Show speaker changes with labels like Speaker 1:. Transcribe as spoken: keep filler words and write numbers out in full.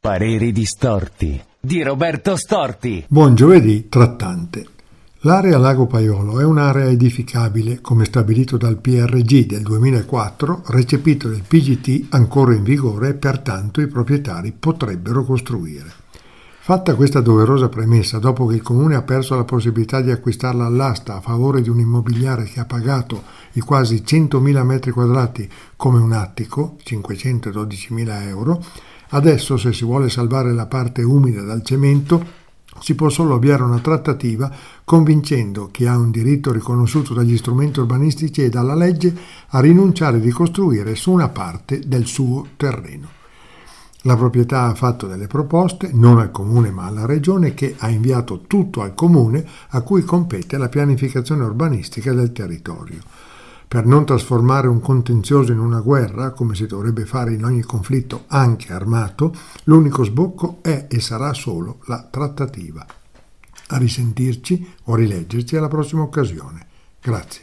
Speaker 1: Pareri distorti di Roberto Storti.
Speaker 2: Buon giovedì, trattante. L'area Lago Paiolo è un'area edificabile, come stabilito dal P R G del duemilaquattro, recepito nel P G T ancora in vigore e pertanto i proprietari potrebbero costruire. Fatta questa doverosa premessa, dopo che il Comune ha perso la possibilità di acquistarla all'asta a favore di un immobiliare che ha pagato i quasi centomila metri quadrati come un attico, cinquecentododicimila euro, adesso, se si vuole salvare la parte umida dal cemento, si può solo avviare una trattativa convincendo chi ha un diritto riconosciuto dagli strumenti urbanistici e dalla legge a rinunciare di costruire su una parte del suo terreno. La proprietà ha fatto delle proposte, non al Comune ma alla Regione, che ha inviato tutto al Comune a cui compete la pianificazione urbanistica del territorio. Per non trasformare un contenzioso in una guerra, come si dovrebbe fare in ogni conflitto anche armato, l'unico sbocco è e sarà solo la trattativa. A risentirci o rileggerci alla prossima occasione. Grazie.